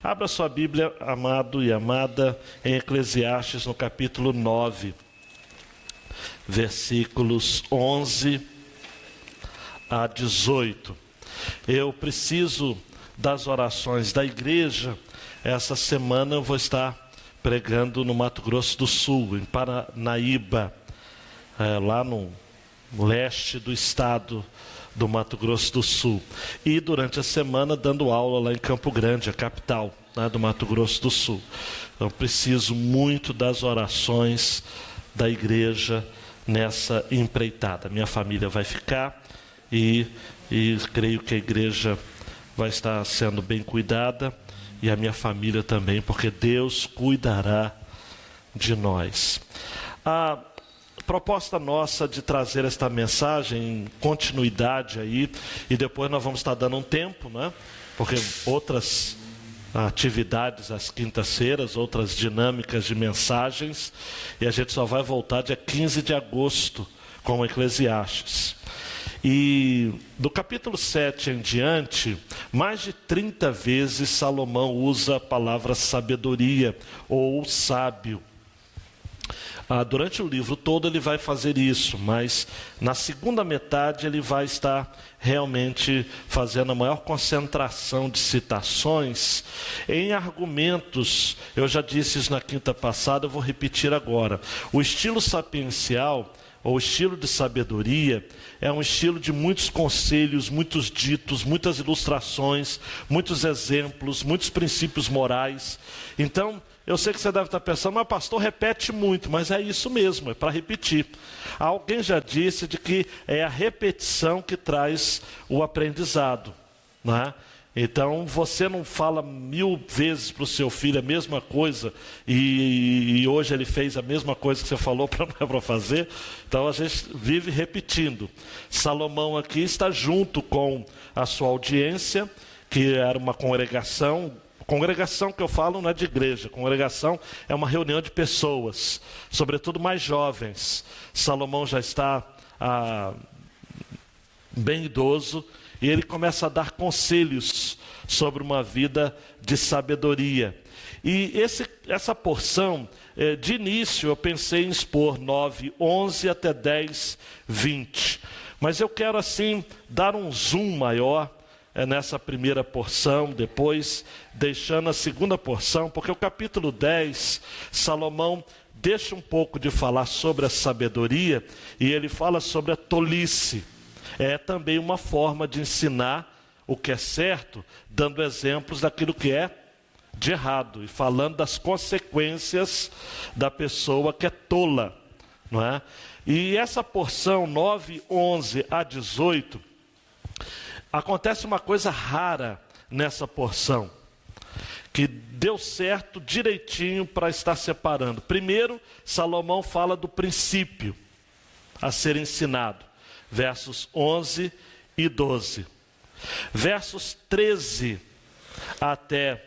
Abra sua Bíblia, amado e amada, em Eclesiastes, no capítulo 9, versículos 11 a 18. Eu preciso das orações da igreja. Essa semana eu vou estar pregando no Mato Grosso do Sul, em Paranaíba, lá no leste do estado do Mato Grosso do Sul. E durante a semana dando aula lá em Campo Grande, a capital, né, do Mato Grosso do Sul. Então preciso muito das orações da igreja nessa empreitada. Minha família vai ficar e creio que a igreja vai estar sendo bem cuidada e a minha família também, porque Deus cuidará de nós. A proposta nossa de trazer esta mensagem em continuidade aí, e depois nós vamos estar dando um tempo, né? Porque outras atividades às quintas-feiras, outras dinâmicas de mensagens, e a gente só vai voltar dia 15 de agosto com o Eclesiastes. E do capítulo 7 em diante, mais de 30 vezes Salomão usa a palavra sabedoria ou sábio. Durante o livro todo ele vai fazer isso, mas na segunda metade ele vai estar realmente fazendo a maior concentração de citações em argumentos. Eu já disse isso na quinta passada, eu vou repetir agora. O estilo sapiencial, ou estilo de sabedoria, é um estilo de muitos conselhos, muitos ditos, muitas ilustrações, muitos exemplos, muitos princípios morais. Então, eu sei que você deve estar pensando, mas pastor, repete muito, mas é isso mesmo, é para repetir. Alguém já disse de que é a repetição que traz o aprendizado, não é? Então você não fala 1000 vezes para o seu filho a mesma coisa e hoje ele fez a mesma coisa que você falou para fazer. Então a gente vive repetindo. Salomão aqui está junto com a sua audiência, que era uma congregação. Congregação que eu falo não é de igreja, congregação é uma reunião de pessoas, sobretudo mais jovens. Salomão já está bem idoso e ele começa a dar conselhos sobre uma vida de sabedoria. E essa porção, de início eu pensei em expor 9, 11 até 10, 20. Mas eu quero assim dar um zoom maior nessa primeira porção, depois deixando a segunda porção, porque o capítulo 10, Salomão deixa um pouco de falar sobre a sabedoria e ele fala sobre a tolice. É também uma forma de ensinar o que é certo, dando exemplos daquilo que é de errado e falando das consequências da pessoa que é tola, não é? E essa porção 9, 11 a 18, acontece uma coisa rara nessa porção, que deu certo direitinho para estar separando. Primeiro, Salomão fala do princípio a ser ensinado, versos 11 e 12. Versos 13 até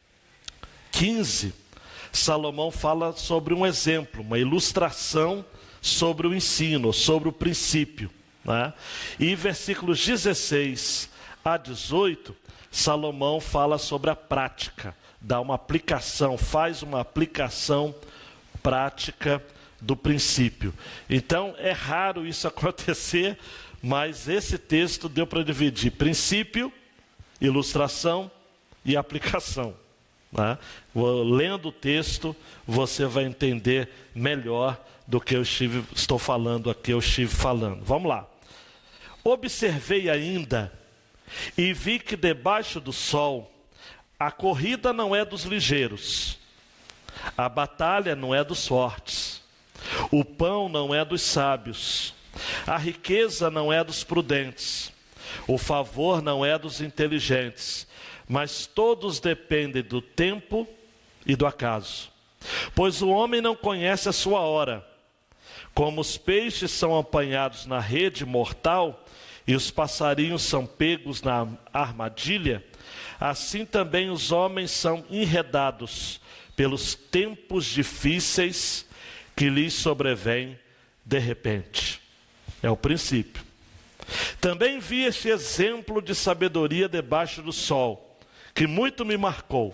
15, Salomão fala sobre um exemplo, uma ilustração sobre o ensino, sobre o princípio. Né? E versículos 16 a 18, Salomão fala sobre a prática, dá uma aplicação, faz uma aplicação prática do princípio. Então é raro isso acontecer, mas esse texto deu para dividir princípio, ilustração e aplicação. Né? Lendo o texto, você vai entender melhor do que eu estou falando aqui, eu estive falando. Vamos lá. Observei ainda e vi que debaixo do sol a corrida não é dos ligeiros, a batalha não é dos fortes, o pão não é dos sábios, a riqueza não é dos prudentes, o favor não é dos inteligentes, mas todos dependem do tempo e do acaso. Pois o homem não conhece a sua hora. Como os peixes são apanhados na rede mortal e os passarinhos são pegos na armadilha, assim também os homens são enredados pelos tempos difíceis que lhes sobrevêm de repente. É o princípio. Também vi este exemplo de sabedoria debaixo do sol, que muito me marcou.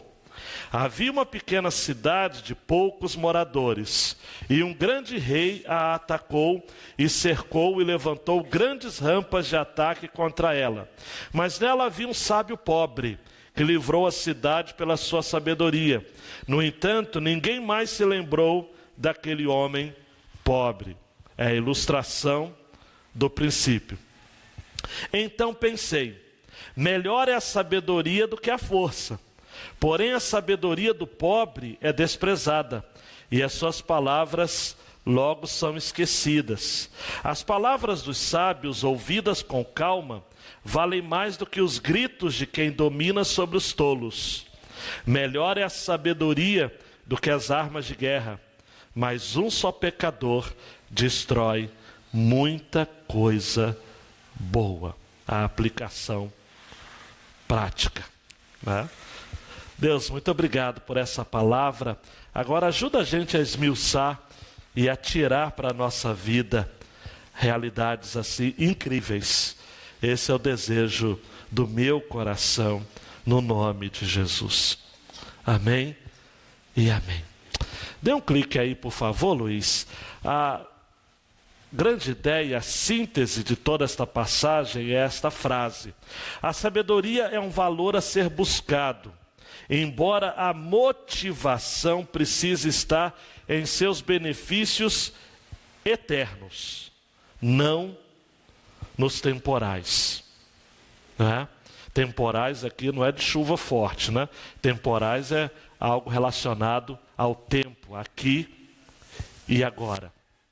Havia uma pequena cidade de poucos moradores, e um grande rei a atacou e cercou e levantou grandes rampas de ataque contra ela. Mas nela havia um sábio pobre, que livrou a cidade pela sua sabedoria. No entanto, ninguém mais se lembrou daquele homem pobre. É a ilustração do princípio. Então pensei, melhor é a sabedoria do que a força. Porém, a sabedoria do pobre é desprezada, e as suas palavras logo são esquecidas. As palavras dos sábios, ouvidas com calma, valem mais do que os gritos de quem domina sobre os tolos. Melhor é a sabedoria do que as armas de guerra, mas um só pecador destrói muita coisa boa. A aplicação prática, né? Deus, muito obrigado por essa palavra. Agora ajuda a gente a esmiuçar e a tirar para a nossa vida realidades assim incríveis. Esse é o desejo do meu coração, no nome de Jesus. Amém e amém. Dê um clique aí, por favor, Luiz. A grande ideia, a síntese de toda esta passagem é esta frase: a sabedoria é um valor a ser buscado, embora a motivação precise estar em seus benefícios eternos, não nos temporais, né? Temporais aqui não é de chuva forte, né? Temporais é algo relacionado ao tempo, aqui e agora.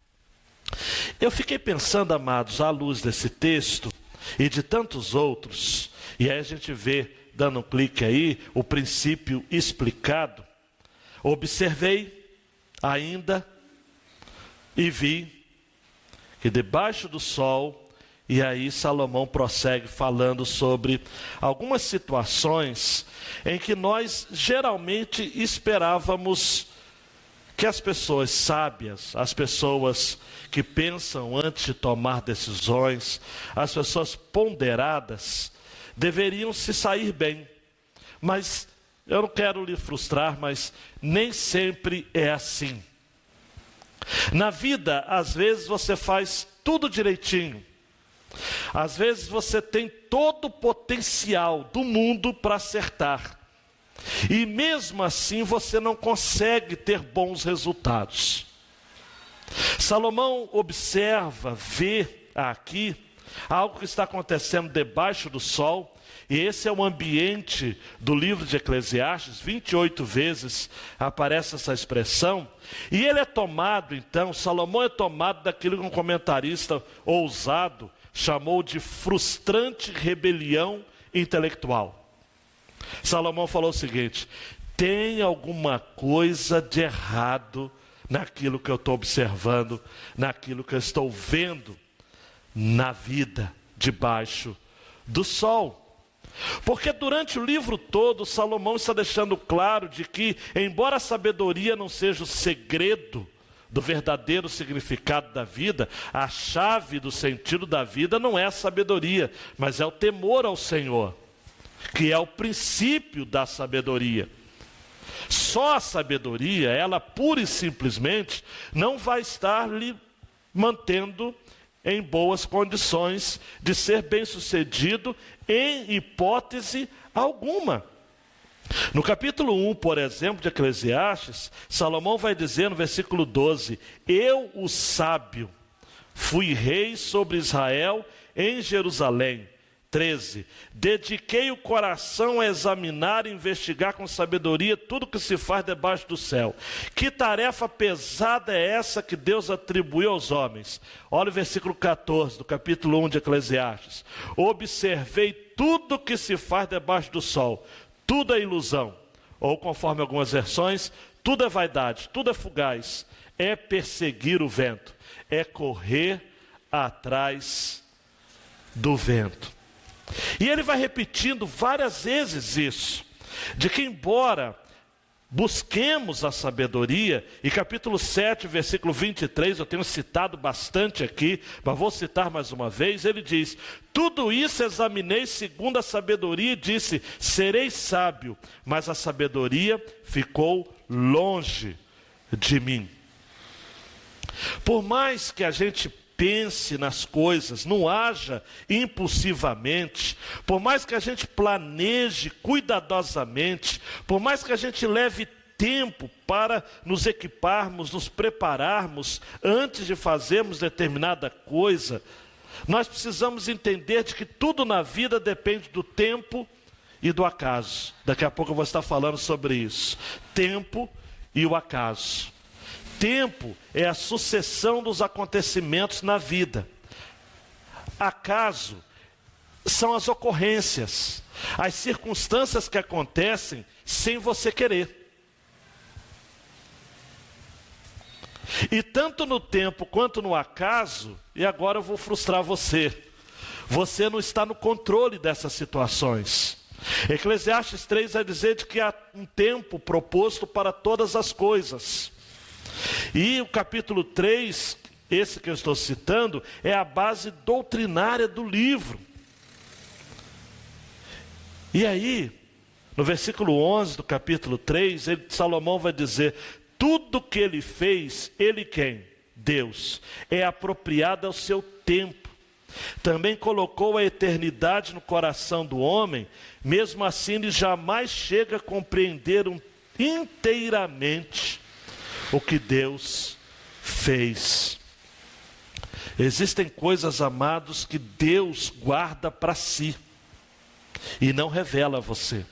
Eu fiquei pensando, amados, à luz desse texto e de tantos outros, e aí a gente vê, dando um clique aí, o princípio explicado. Observei ainda e vi que debaixo do sol, e aí Salomão prossegue falando sobre algumas situações em que nós geralmente esperávamos que as pessoas sábias, as pessoas que pensam antes de tomar decisões, as pessoas ponderadas, deveriam se sair bem. Mas eu não quero lhe frustrar, mas nem sempre é assim. Na vida, às vezes você faz tudo direitinho. Às vezes você tem todo o potencial do mundo para acertar. E mesmo assim você não consegue ter bons resultados. Salomão observa, vê aqui algo que está acontecendo debaixo do sol, e esse é o ambiente do livro de Eclesiastes. 28 vezes aparece essa expressão, e ele é tomado, então, Salomão é tomado daquilo que um comentarista ousado chamou de frustrante rebelião intelectual. Salomão falou o seguinte: tem alguma coisa de errado naquilo que eu estou observando, naquilo que eu estou vendo na vida debaixo do sol. Porque durante o livro todo, Salomão está deixando claro de que, embora a sabedoria não seja o segredo do verdadeiro significado da vida, a chave do sentido da vida não é a sabedoria, mas é o temor ao Senhor, que é o princípio da sabedoria. Só a sabedoria, ela pura e simplesmente não vai estar lhe mantendo em boas condições de ser bem-sucedido em hipótese alguma. No capítulo 1, por exemplo, de Eclesiastes, Salomão vai dizer no versículo 12: eu, o sábio, fui rei sobre Israel em Jerusalém. 13, dediquei o coração a examinar e investigar com sabedoria tudo que se faz debaixo do céu. Que tarefa pesada é essa que Deus atribuiu aos homens? Olha o versículo 14 do capítulo 1 de Eclesiastes: observei tudo que se faz debaixo do sol, tudo é ilusão, ou conforme algumas versões, tudo é vaidade, tudo é fugaz, é perseguir o vento, é correr atrás do vento. E ele vai repetindo várias vezes isso, de que embora busquemos a sabedoria, e capítulo 7, versículo 23, eu tenho citado bastante aqui, mas vou citar mais uma vez, ele diz: tudo isso examinei segundo a sabedoria e disse, serei sábio, mas a sabedoria ficou longe de mim. Por mais que a gente pense nas coisas, não haja impulsivamente, por mais que a gente planeje cuidadosamente, por mais que a gente leve tempo para nos equiparmos, nos prepararmos antes de fazermos determinada coisa, nós precisamos entender de que tudo na vida depende do tempo e do acaso. Daqui a pouco eu vou estar falando sobre isso. Tempo e o acaso. Tempo é a sucessão dos acontecimentos na vida. Acaso são as ocorrências, as circunstâncias que acontecem sem você querer. E tanto no tempo quanto no acaso, e agora eu vou frustrar você, você não está no controle dessas situações. Eclesiastes 3 vai dizer de que há um tempo proposto para todas as coisas. E o capítulo 3, esse que eu estou citando, é a base doutrinária do livro. E aí, no versículo 11 do capítulo 3, Salomão vai dizer: tudo que ele fez, ele quem? Deus. É apropriado ao seu tempo. Também colocou a eternidade no coração do homem, mesmo assim ele jamais chega a compreender inteiramente o que Deus fez. Existem coisas, amados, que Deus guarda para si e não revela a você.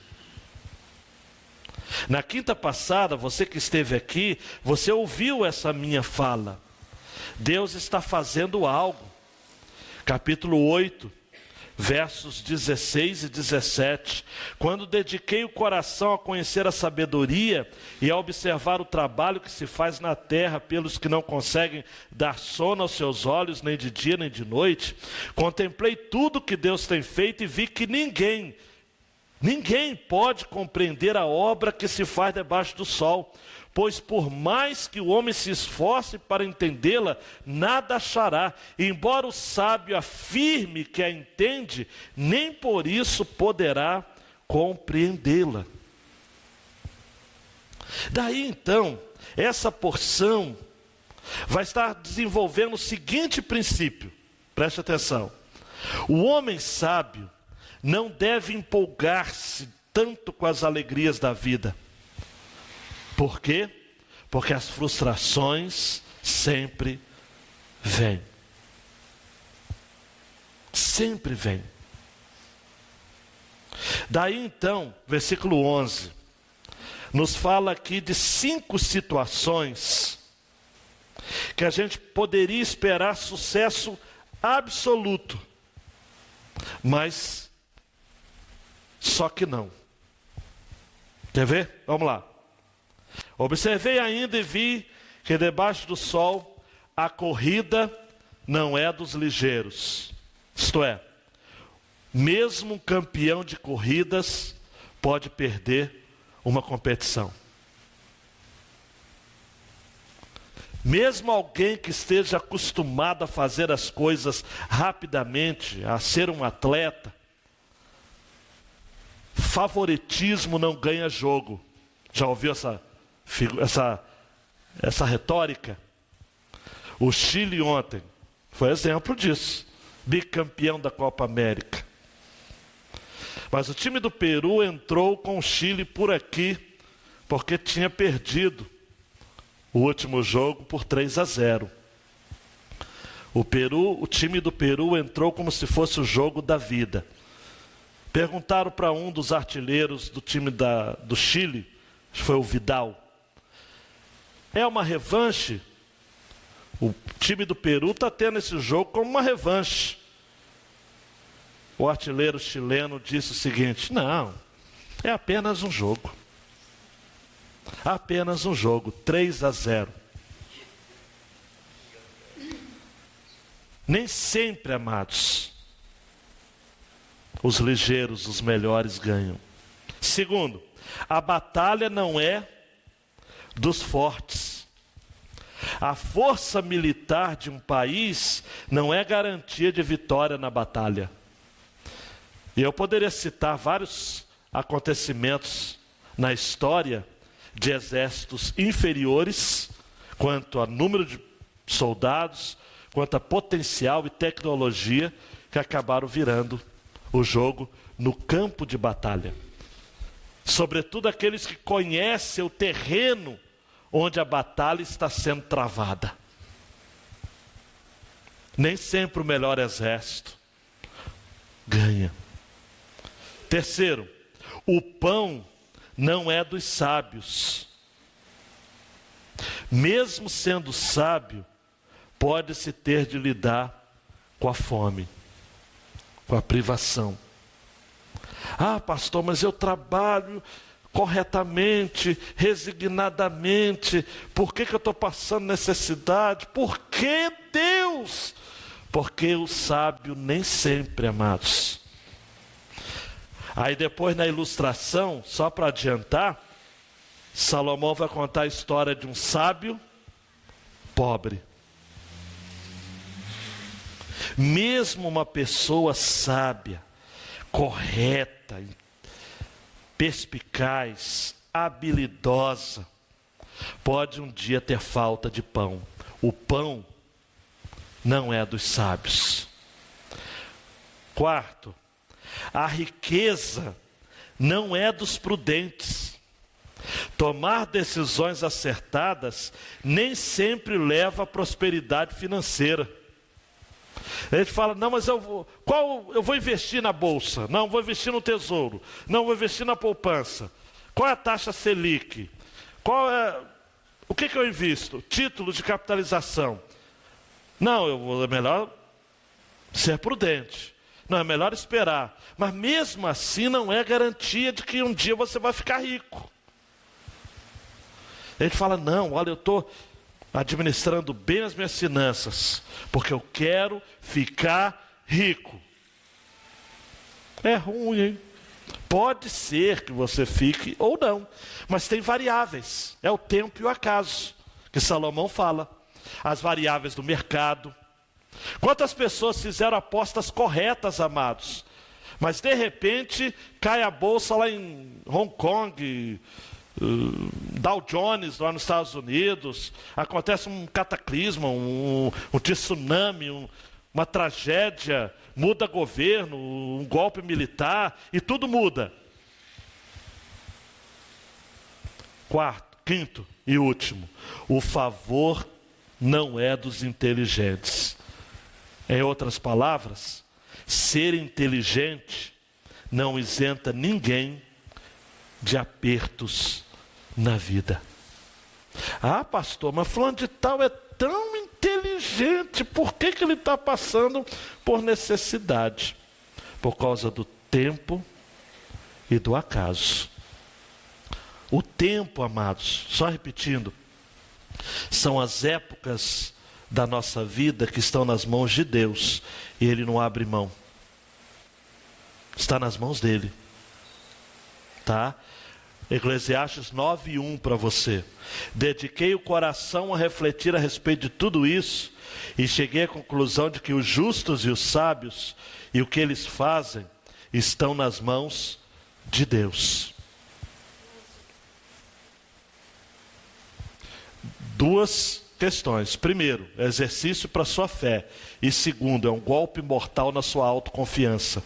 Na quinta passada, você que esteve aqui, você ouviu essa minha fala. Deus está fazendo algo. Capítulo 8, versos 16 e 17. Quando dediquei o coração a conhecer a sabedoria e a observar o trabalho que se faz na terra pelos que não conseguem dar sono aos seus olhos, nem de dia nem de noite, contemplei tudo que Deus tem feito e vi que ninguém pode compreender a obra que se faz debaixo do sol. Pois por mais que o homem se esforce para entendê-la, nada achará. Embora o sábio afirme que a entende, nem por isso poderá compreendê-la. Daí então, essa porção vai estar desenvolvendo o seguinte princípio. Preste atenção. O homem sábio não deve empolgar-se tanto com as alegrias da vida. Por quê? Porque as frustrações sempre vêm. Sempre vêm. Daí então, versículo 11, nos fala aqui de 5 situações que a gente poderia esperar sucesso absoluto, mas só que não. Quer ver? Vamos lá. Observei ainda e vi que debaixo do sol a corrida não é dos ligeiros. Isto é, mesmo um campeão de corridas pode perder uma competição. Mesmo alguém que esteja acostumado a fazer as coisas rapidamente, a ser um atleta, favoritismo não ganha jogo. Já ouviu essa retórica? O Chile ontem foi exemplo disso, bicampeão da Copa América. Mas o time do Peru entrou com o Chile por aqui, porque tinha perdido o último jogo por 3-0. O time do Peru entrou como se fosse o jogo da vida. Perguntaram para um dos artilheiros do time do Chile, foi o Vidal: é uma revanche? O time do Peru está tendo esse jogo como uma revanche. O artilheiro chileno disse o seguinte: não, é apenas um jogo. Apenas um jogo, 3-0. Nem sempre, amados, os ligeiros, os melhores ganham. Segundo, a batalha não é dos fortes. A força militar de um país não é garantia de vitória na batalha. E eu poderia citar vários acontecimentos na história de exércitos inferiores, quanto a número de soldados, quanto a potencial e tecnologia, que acabaram virando o jogo no campo de batalha. Sobretudo aqueles que conhecem o terreno onde a batalha está sendo travada. Nem sempre o melhor exército ganha. Terceiro, o pão não é dos sábios. Mesmo sendo sábio, pode-se ter de lidar com a fome, com a privação. Ah, pastor, mas eu trabalho corretamente, resignadamente. Por que eu estou passando necessidade? Por que Deus? Porque o sábio nem sempre, amados. Aí depois na ilustração, só para adiantar, Salomão vai contar a história de um sábio pobre. Mesmo uma pessoa sábia, correta, perspicaz, habilidosa, pode um dia ter falta de pão. O pão não é dos sábios. Quarto, a riqueza não é dos prudentes. Tomar decisões acertadas nem sempre leva à prosperidade financeira. A gente fala, não, mas eu vou investir na bolsa, não, vou investir no tesouro, não, vou investir na poupança. Qual é a taxa Selic? O que eu invisto? Título de capitalização. Não, é melhor ser prudente. Não, é melhor esperar. Mas mesmo assim não é garantia de que um dia você vai ficar rico. A gente fala, não, olha, eu estou administrando bem as minhas finanças, porque eu quero ficar rico. É ruim, hein? Pode ser que você fique ou não, mas tem variáveis, é o tempo e o acaso, que Salomão fala. As variáveis do mercado. Quantas pessoas fizeram apostas corretas, amados, mas de repente cai a bolsa lá em Hong Kong, Dow Jones lá nos Estados Unidos, acontece um cataclisma, um tsunami, uma tragédia, muda governo, um golpe militar e tudo muda. Quinto e último, o favor não é dos inteligentes. Em outras palavras, ser inteligente não isenta ninguém de apertos na vida. Ah, pastor, mas fulano de tal é tão inteligente, por que ele está passando por necessidade? Por causa do tempo e do acaso. O tempo, amados, só repetindo, são as épocas da nossa vida que estão nas mãos de Deus, e Ele não abre mão. Está nas mãos dEle. Tá? Eclesiastes 9:1 para você. Dediquei o coração a refletir a respeito de tudo isso, e cheguei à conclusão de que os justos e os sábios, e o que eles fazem, estão nas mãos de Deus. Duas questões. Primeiro, exercício para sua fé. E segundo, é um golpe mortal na sua autoconfiança.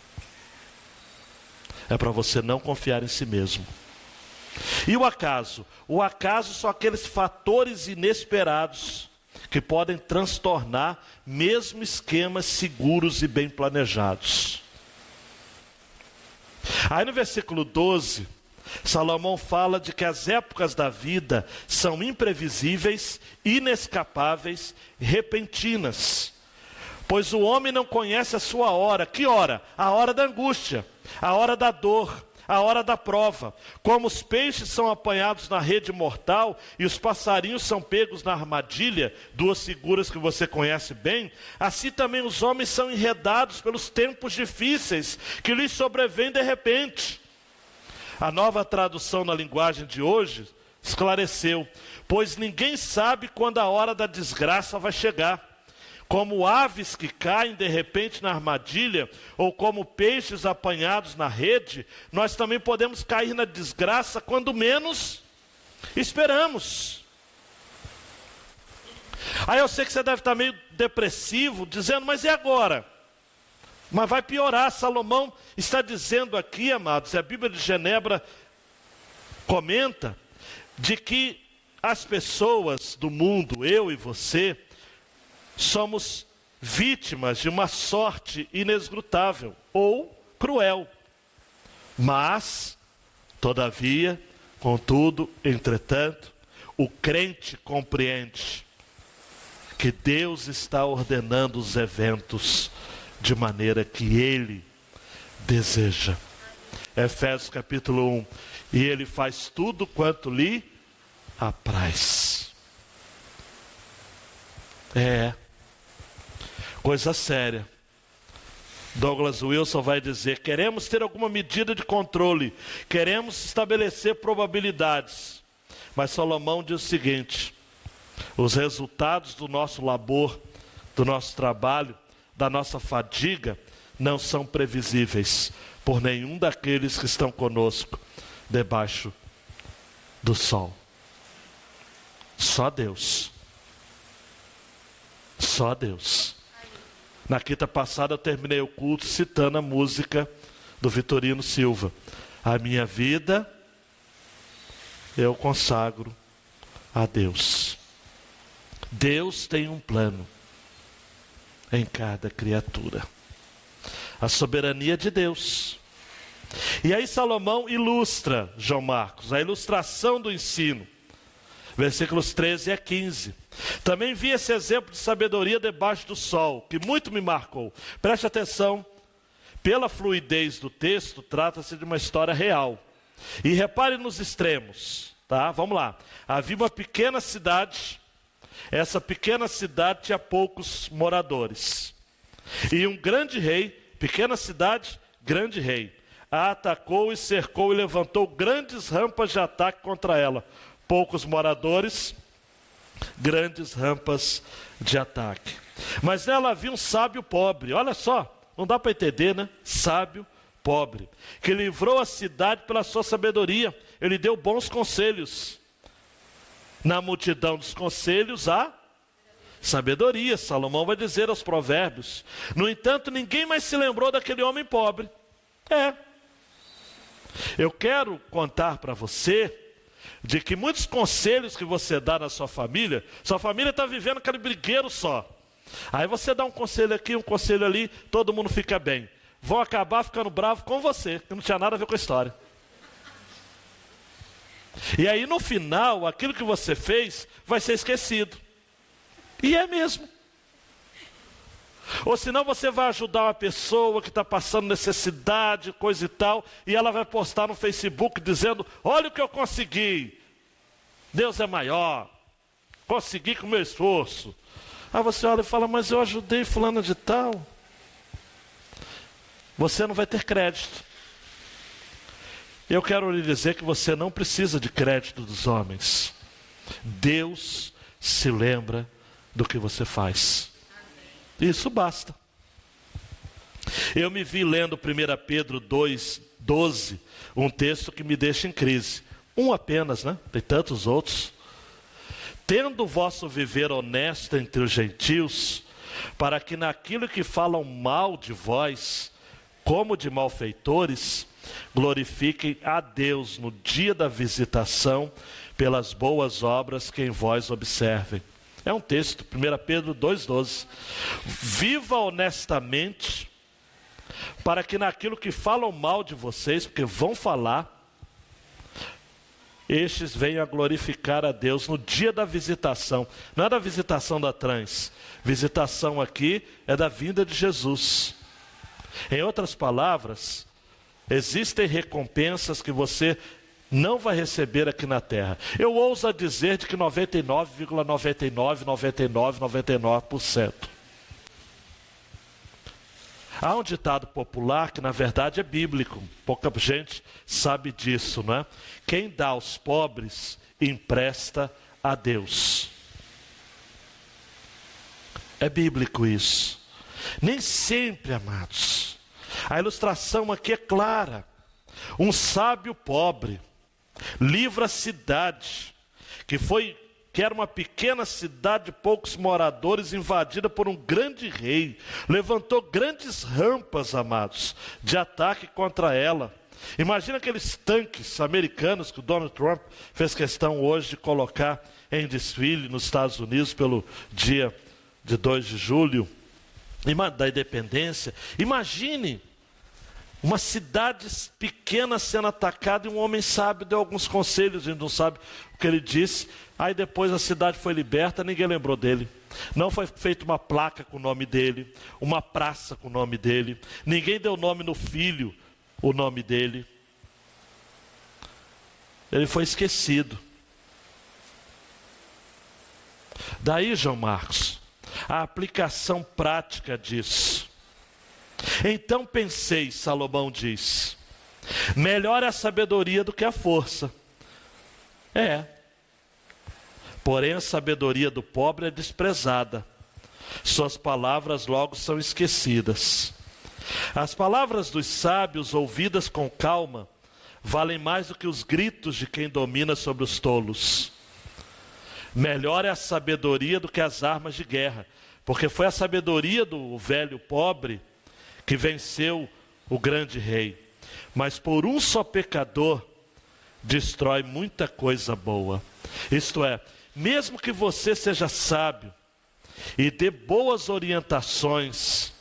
É para você não confiar em si mesmo. E o acaso? O acaso são aqueles fatores inesperados que podem transtornar mesmo esquemas seguros e bem planejados. Aí no versículo 12, Salomão fala de que as épocas da vida são imprevisíveis, inescapáveis, repentinas. Pois o homem não conhece a sua hora. Que hora? A hora da angústia, a hora da dor, a hora da prova. Como os peixes são apanhados na rede mortal e os passarinhos são pegos na armadilha, duas figuras que você conhece bem, assim também os homens são enredados pelos tempos difíceis que lhes sobrevêm de repente. A nova tradução na linguagem de hoje, esclareceu: pois ninguém sabe quando a hora da desgraça vai chegar. Como aves que caem de repente na armadilha, ou como peixes apanhados na rede, nós também podemos cair na desgraça quando menos esperamos. Aí eu sei que você deve estar meio depressivo, dizendo: mas e agora? Mas vai piorar. Salomão está dizendo aqui, amados, e a Bíblia de Genebra comenta, de que as pessoas do mundo, eu e você, somos vítimas de uma sorte inescrutável ou cruel. Mas, todavia, contudo, entretanto, o crente compreende que Deus está ordenando os eventos de maneira que Ele deseja. Efésios capítulo 1. E Ele faz tudo quanto lhe apraz. Coisa séria. Douglas Wilson vai dizer: queremos ter alguma medida de controle, queremos estabelecer probabilidades. Mas Salomão diz o seguinte: os resultados do nosso labor, do nosso trabalho, da nossa fadiga, não são previsíveis por nenhum daqueles que estão conosco debaixo do sol. Só Deus. Só Deus. Na quinta passada eu terminei o culto citando a música do Vitorino Silva: a minha vida eu consagro a Deus. Deus tem um plano em cada criatura. A soberania de Deus. E aí Salomão ilustra, João Marcos, a ilustração do ensino. Versículos 13 a 15. Também vi esse exemplo de sabedoria debaixo do sol, que muito me marcou. Preste atenção, pela fluidez do texto, trata-se de uma história real. E repare nos extremos, tá? Vamos lá. Havia uma pequena cidade. Essa pequena cidade tinha poucos moradores. E um grande rei, pequena cidade, grande rei, a atacou e cercou e levantou grandes rampas de ataque contra ela. Poucos moradores, grandes rampas de ataque. Mas nela havia um sábio pobre. Olha só, não dá para entender, né? Sábio pobre, que livrou a cidade pela sua sabedoria. Ele deu bons conselhos. Na multidão dos conselhos há sabedoria. Salomão vai dizer aos provérbios. No entanto, ninguém mais se lembrou daquele homem pobre. Eu quero contar para você de que muitos conselhos que você dá na sua família está vivendo aquele brigueiro só. Aí você dá um conselho aqui, um conselho ali, todo mundo fica bem. Vão acabar ficando bravos com você, que não tinha nada a ver com a história. E aí no final, aquilo que você fez vai ser esquecido. E é mesmo. Ou senão você vai ajudar uma pessoa que está passando necessidade, coisa e tal, e ela vai postar no Facebook dizendo: olha o que eu consegui, Deus é maior, consegui com o meu esforço. Aí você olha e fala: mas eu ajudei fulana de tal. Você não vai ter crédito. Eu quero lhe dizer que você não precisa de crédito dos homens. Deus se lembra do que você faz. Isso basta. Eu me vi lendo 1 Pedro 2:12, um texto que me deixa em crise. Um apenas, né? Tem tantos outros. Tendo o vosso viver honesto entre os gentios, para que naquilo que falam mal de vós, como de malfeitores, glorifiquem a Deus no dia da visitação, pelas boas obras que em vós observem. É um texto, 1 Pedro 2:12. Viva honestamente, para que naquilo que falam mal de vocês, porque vão falar, estes venham a glorificar a Deus no dia da visitação. Não é da visitação da trans. Visitação aqui é da vinda de Jesus. Em outras palavras, existem recompensas que você não vai receber aqui na terra. Eu ouso a dizer de que 99,999999%. Há um ditado popular que na verdade é bíblico, pouca gente sabe disso, não é? Quem dá aos pobres, empresta a Deus. É bíblico isso. Nem sempre, amados. A ilustração aqui é clara. Um sábio pobre livra a cidade, que era uma pequena cidade de poucos moradores, invadida por um grande rei. Levantou grandes rampas, amados, de ataque contra ela. Imagina aqueles tanques americanos que o Donald Trump fez questão hoje de colocar em desfile nos Estados Unidos pelo dia de 2 de julho, da independência. Imagine uma cidade pequena sendo atacada e um homem sábio deu alguns conselhos, a gente não sabe o que ele disse. Aí depois a cidade foi liberta, ninguém lembrou dele. Não foi feita uma placa com o nome dele, uma praça com o nome dele. Ninguém deu nome no filho, o nome dele. Ele foi esquecido. Daí, João Marcos, a aplicação prática disso. Então pensei, Salomão diz, melhor é a sabedoria do que a força. Porém a sabedoria do pobre é desprezada. Suas palavras logo são esquecidas. As palavras dos sábios, ouvidas com calma, valem mais do que os gritos de quem domina sobre os tolos. Melhor é a sabedoria do que as armas de guerra, porque foi a sabedoria do velho pobre que venceu o grande rei. Mas por um só pecador destrói muita coisa boa. Isto é, mesmo que você seja sábio e dê boas orientações,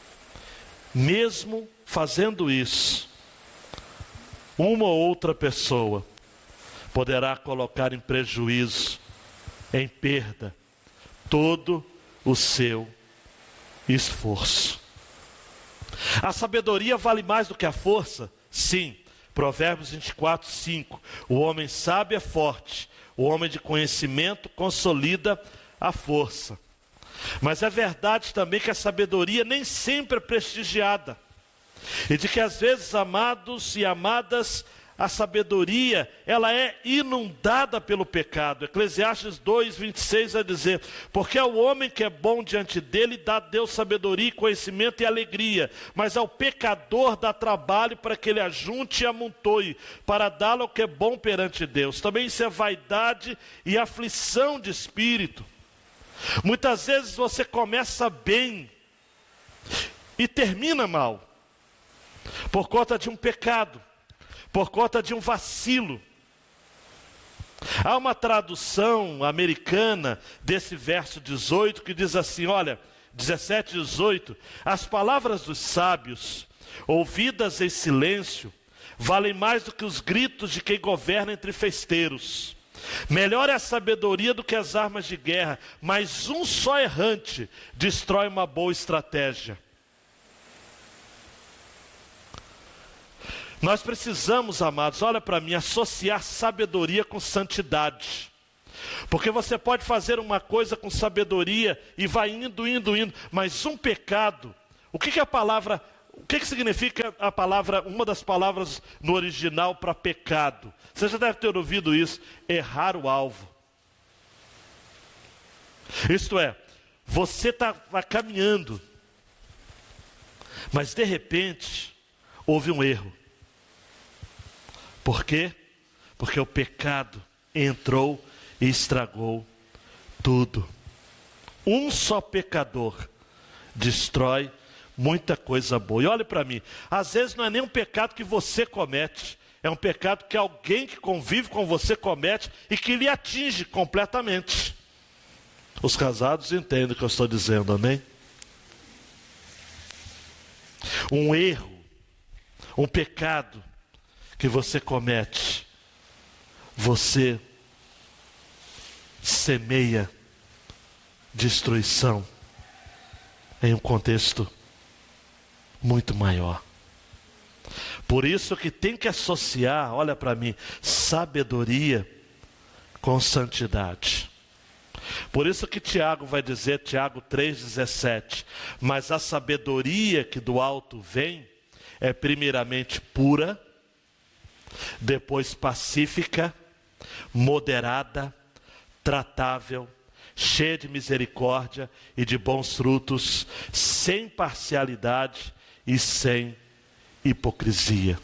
mesmo fazendo isso, uma ou outra pessoa poderá colocar em prejuízo, em perda, todo o seu esforço. A sabedoria vale mais do que a força? Sim. Provérbios 24, 5. O homem sábio é forte, o homem de conhecimento consolida a força. Mas é verdade também que a sabedoria nem sempre é prestigiada. E de que às vezes, amados e amadas, a sabedoria, ela é inundada pelo pecado. Eclesiastes 2, 26 vai dizer: porque ao homem que é bom diante dele, dá Deus sabedoria, conhecimento e alegria, mas ao pecador dá trabalho para que ele ajunte e amontoe, para dá-lo ao que é bom perante Deus. Também isso é vaidade e aflição de espírito. Muitas vezes você começa bem e termina mal, por conta de um pecado, por conta de um vacilo. Há uma tradução americana desse verso 18 que diz assim, olha, 17, 18, as palavras dos sábios, ouvidas em silêncio, valem mais do que os gritos de quem governa entre festeiros. Melhor é a sabedoria do que as armas de guerra, mas um só errante destrói uma boa estratégia. Nós precisamos, amados, olha para mim, associar sabedoria com santidade. Porque você pode fazer uma coisa com sabedoria e vai indo, mas um pecado, o que significa a palavra, uma das palavras no original para pecado? Você já deve ter ouvido isso, errar o alvo. Isto é, você está caminhando, mas de repente houve um erro. Por quê? Porque o pecado entrou e estragou tudo. Um só pecador destrói muita coisa boa. E olhe para mim, às vezes não é nem um pecado que você comete, é um pecado que alguém que convive com você comete e que lhe atinge completamente. Os casados entendem o que eu estou dizendo, amém? Um erro, um pecado que você comete, você semeia destruição em um contexto muito maior. Por isso que tem que associar, olha para mim, sabedoria com santidade. Por isso que Tiago vai dizer, Tiago 3,17, mas a sabedoria que do alto vem é primeiramente pura, depois pacífica, moderada, tratável, cheia de misericórdia e de bons frutos, sem parcialidade e sem hipocrisia.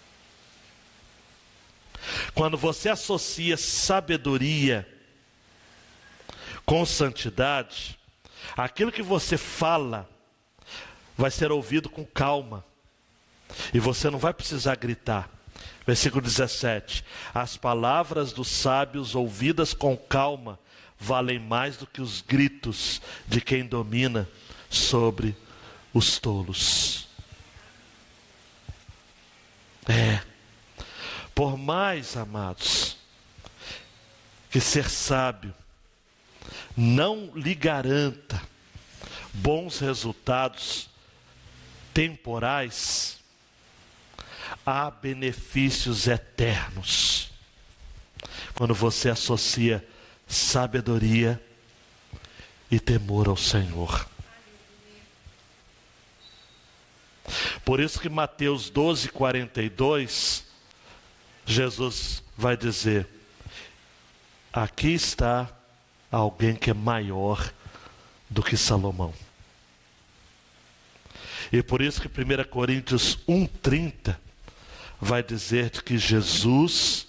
Quando você associa sabedoria com santidade, aquilo que você fala vai ser ouvido com calma, e você não vai precisar gritar. Versículo 17, as palavras dos sábios ouvidas com calma valem mais do que os gritos de quem domina sobre os tolos. Por mais, amados, que ser sábio não lhe garanta bons resultados temporais, há benefícios eternos quando você associa sabedoria e temor ao Senhor. Por isso que Mateus 12:42, Jesus vai dizer: aqui está alguém que é maior do que Salomão. E por isso que 1 Coríntios 1:30 vai dizer que Jesus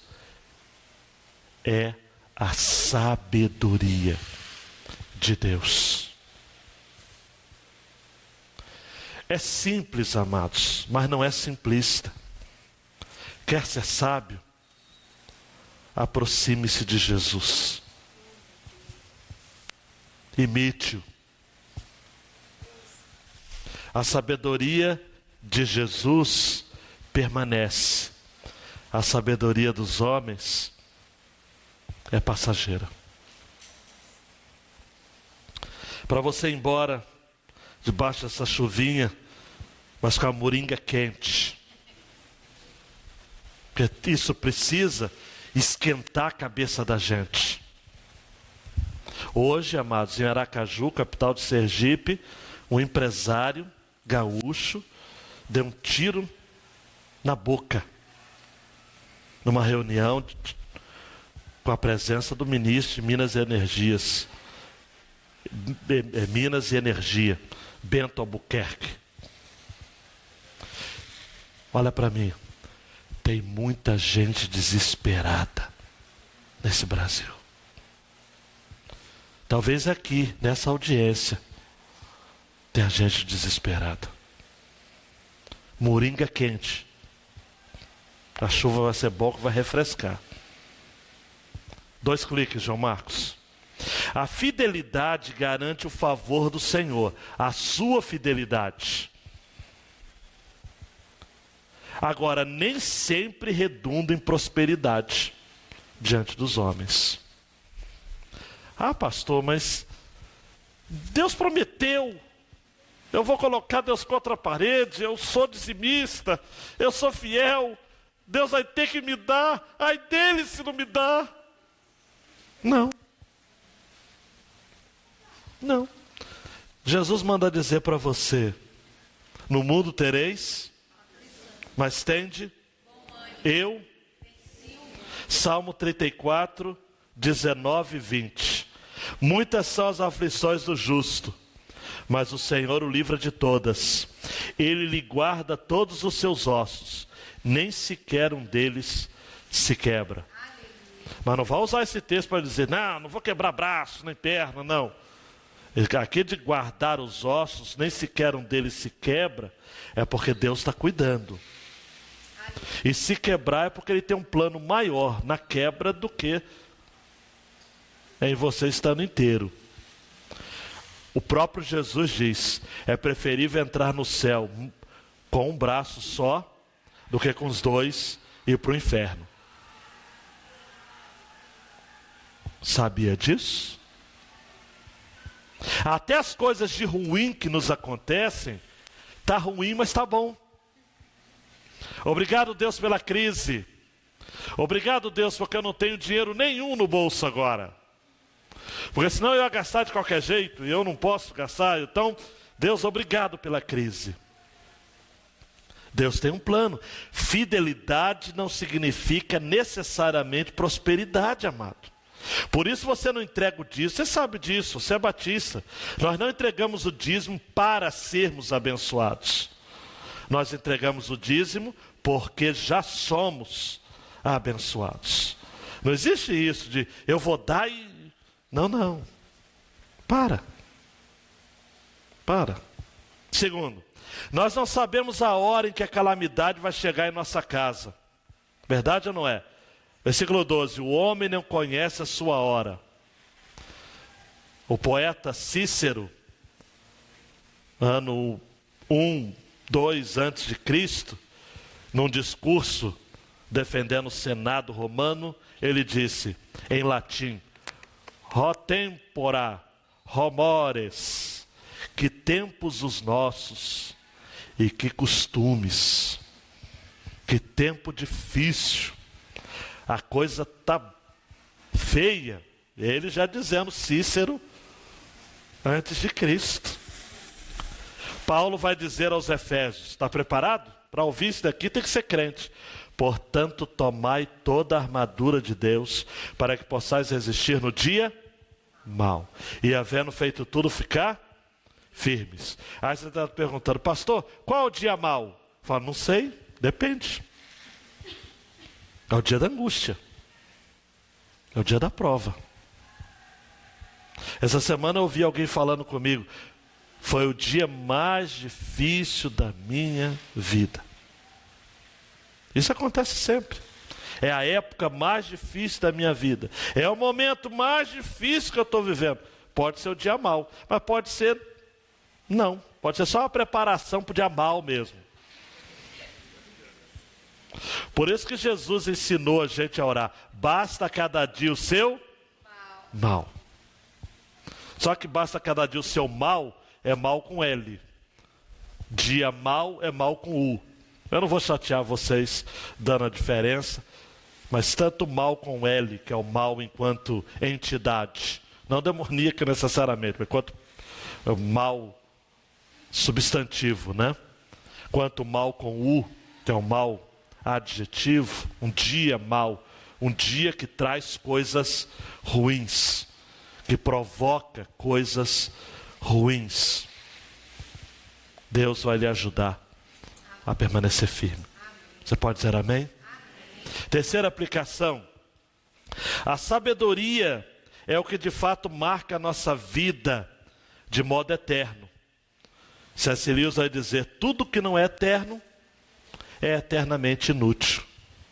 é a sabedoria de Deus. É simples, amados, mas não é simplista. Quer ser sábio? Aproxime-se de Jesus. Imite-o. A sabedoria de Jesus permanece. A sabedoria dos homens é passageira. Para você ir embora debaixo dessa chuvinha, mas com a moringa quente, porque isso precisa esquentar a cabeça da gente. Hoje, amados, em Aracaju, capital de Sergipe, um empresário gaúcho deu um tiro na boca numa reunião com a presença do ministro de Minas e Energia, Bento Albuquerque. Olha para mim, tem muita gente desesperada nesse Brasil. Talvez aqui, nessa audiência, tenha gente desesperada. Moringa quente. A chuva vai ser boa, que vai refrescar. 2 cliques, João Marcos. A fidelidade garante o favor do Senhor, a sua fidelidade. Agora, nem sempre redunda em prosperidade diante dos homens. Ah, pastor, mas Deus prometeu. Eu vou colocar Deus contra a parede, eu sou dizimista, eu sou fiel. Deus vai ter que me dar, ai dele se não me dá. Não. Não. Jesus manda dizer para você: no mundo tereis, mas tende, eu. Salmo 34, 19 e 20. Muitas são as aflições do justo, mas o Senhor o livra de todas. Ele lhe guarda todos os seus ossos, nem sequer um deles se quebra. Mas não vai usar esse texto para dizer, não vou quebrar braço, nem perna, não. Aqui de guardar os ossos, nem sequer um deles se quebra, é porque Deus está cuidando. E se quebrar é porque Ele tem um plano maior na quebra do que em você estando inteiro. O próprio Jesus diz, é preferível entrar no céu com um braço só, do que com os dois ir para o inferno. Sabia disso? Até as coisas de ruim que nos acontecem, está ruim, mas está bom. Obrigado, Deus, pela crise. Obrigado, Deus, porque eu não tenho dinheiro nenhum no bolso agora. Porque senão eu ia gastar de qualquer jeito, e eu não posso gastar. Então, Deus, obrigado pela crise. Deus tem um plano. Fidelidade não significa necessariamente prosperidade, amado. Por isso você não entrega o dízimo. Você sabe disso, você é batista. Nós não entregamos o dízimo para sermos abençoados. Nós entregamos o dízimo porque já somos abençoados. Não existe isso de eu vou dar e... Não. Para. Segundo, nós não sabemos a hora em que a calamidade vai chegar em nossa casa. Verdade ou não é? Versículo 12, o homem não conhece a sua hora. O poeta Cícero, ano 1, 2 antes de Cristo, num discurso defendendo o Senado romano, ele disse, em latim, Ho tempora, homores, que tempos os nossos e que costumes, que tempo difícil, a coisa está feia. Ele já dizendo, Cícero, antes de Cristo. Paulo vai dizer aos Efésios, está preparado? Para ouvir isso daqui tem que ser crente. Portanto, tomai toda a armadura de Deus, para que possais resistir no dia mau. E havendo feito tudo, ficar firmes. Aí você está perguntando, pastor, qual é o dia mau? Fala, não sei, depende. É o dia da angústia. É o dia da prova. Essa semana eu ouvi alguém falando comigo, foi o dia mais difícil da minha vida. Isso acontece sempre. É a época mais difícil da minha vida. É o momento mais difícil que eu estou vivendo. Pode ser o dia mau, mas pode ser, não. Pode ser só uma preparação para o dia mau mesmo. Por isso que Jesus ensinou a gente a orar. Basta cada dia o seu mal. Só que basta cada dia o seu mal, é mal com L. Dia mal é mal com U. Eu não vou chatear vocês dando a diferença, mas tanto mal com L, que é o mal enquanto entidade, não demoníaca necessariamente, mas enquanto mal substantivo, né? Quanto mal com U, que é o mal adjetivo, um dia mal, um dia que traz coisas ruins, que provoca coisas ruins. Deus vai lhe ajudar a permanecer firme. Você pode dizer amém? Terceira aplicação. A sabedoria é o que de fato marca a nossa vida de modo eterno. C.S. Lewis vai dizer, tudo que não é eterno é eternamente inútil.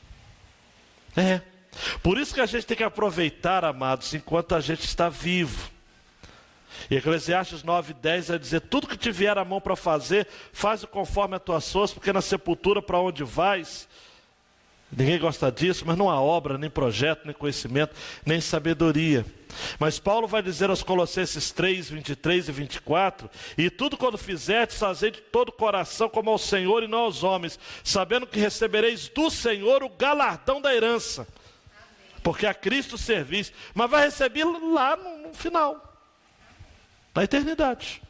Por isso que a gente tem que aproveitar, amados, enquanto a gente está vivo. E Eclesiastes 9:10 vai dizer, tudo que te vier a mão para fazer, faz-o conforme as tuas forças, porque na sepultura para onde vais, ninguém gosta disso, mas não há obra, nem projeto, nem conhecimento, nem sabedoria. Mas Paulo vai dizer aos Colossenses 3:23 e 24, e tudo quando fizerdes, fazei de todo o coração como ao Senhor e não aos homens, sabendo que recebereis do Senhor o galardão da herança, porque a Cristo servis, mas vai receber lá no final, na eternidade.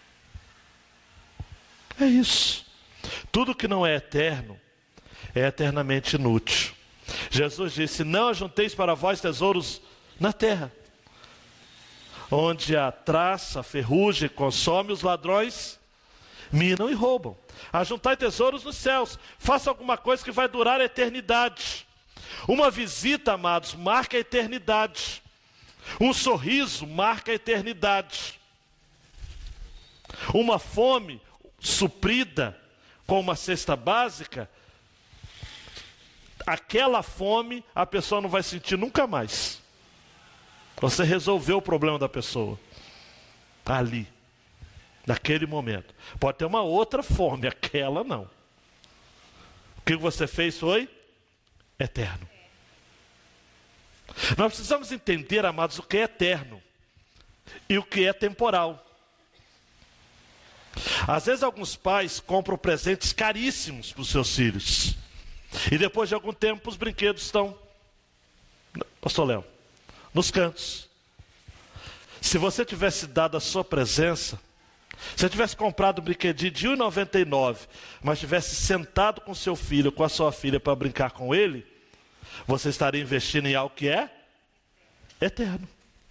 É isso. Tudo que não é eterno é eternamente inútil. Jesus disse, não ajunteis para vós tesouros na terra, onde a traça, a ferrugem consome, os ladrões minam e roubam. Ajuntai tesouros nos céus. Faça alguma coisa que vai durar a eternidade. Uma visita, amados, marca a eternidade. Um sorriso marca a eternidade. Uma fome suprida com uma cesta básica, aquela fome a pessoa não vai sentir nunca mais. Você resolveu o problema da pessoa ali, naquele momento. Pode ter uma outra fome, aquela não. O que você fez foi eterno. Nós precisamos entender, amados, o que é eterno e o que é temporal. Às vezes alguns pais compram presentes caríssimos para os seus filhos, e depois de algum tempo os brinquedos estão, pastor Léo, nos cantos. Se você tivesse dado a sua presença, se você tivesse comprado um brinquedinho de R$1,99, mas tivesse sentado com seu filho, com a sua filha para brincar com ele, você estaria investindo em algo que é eterno.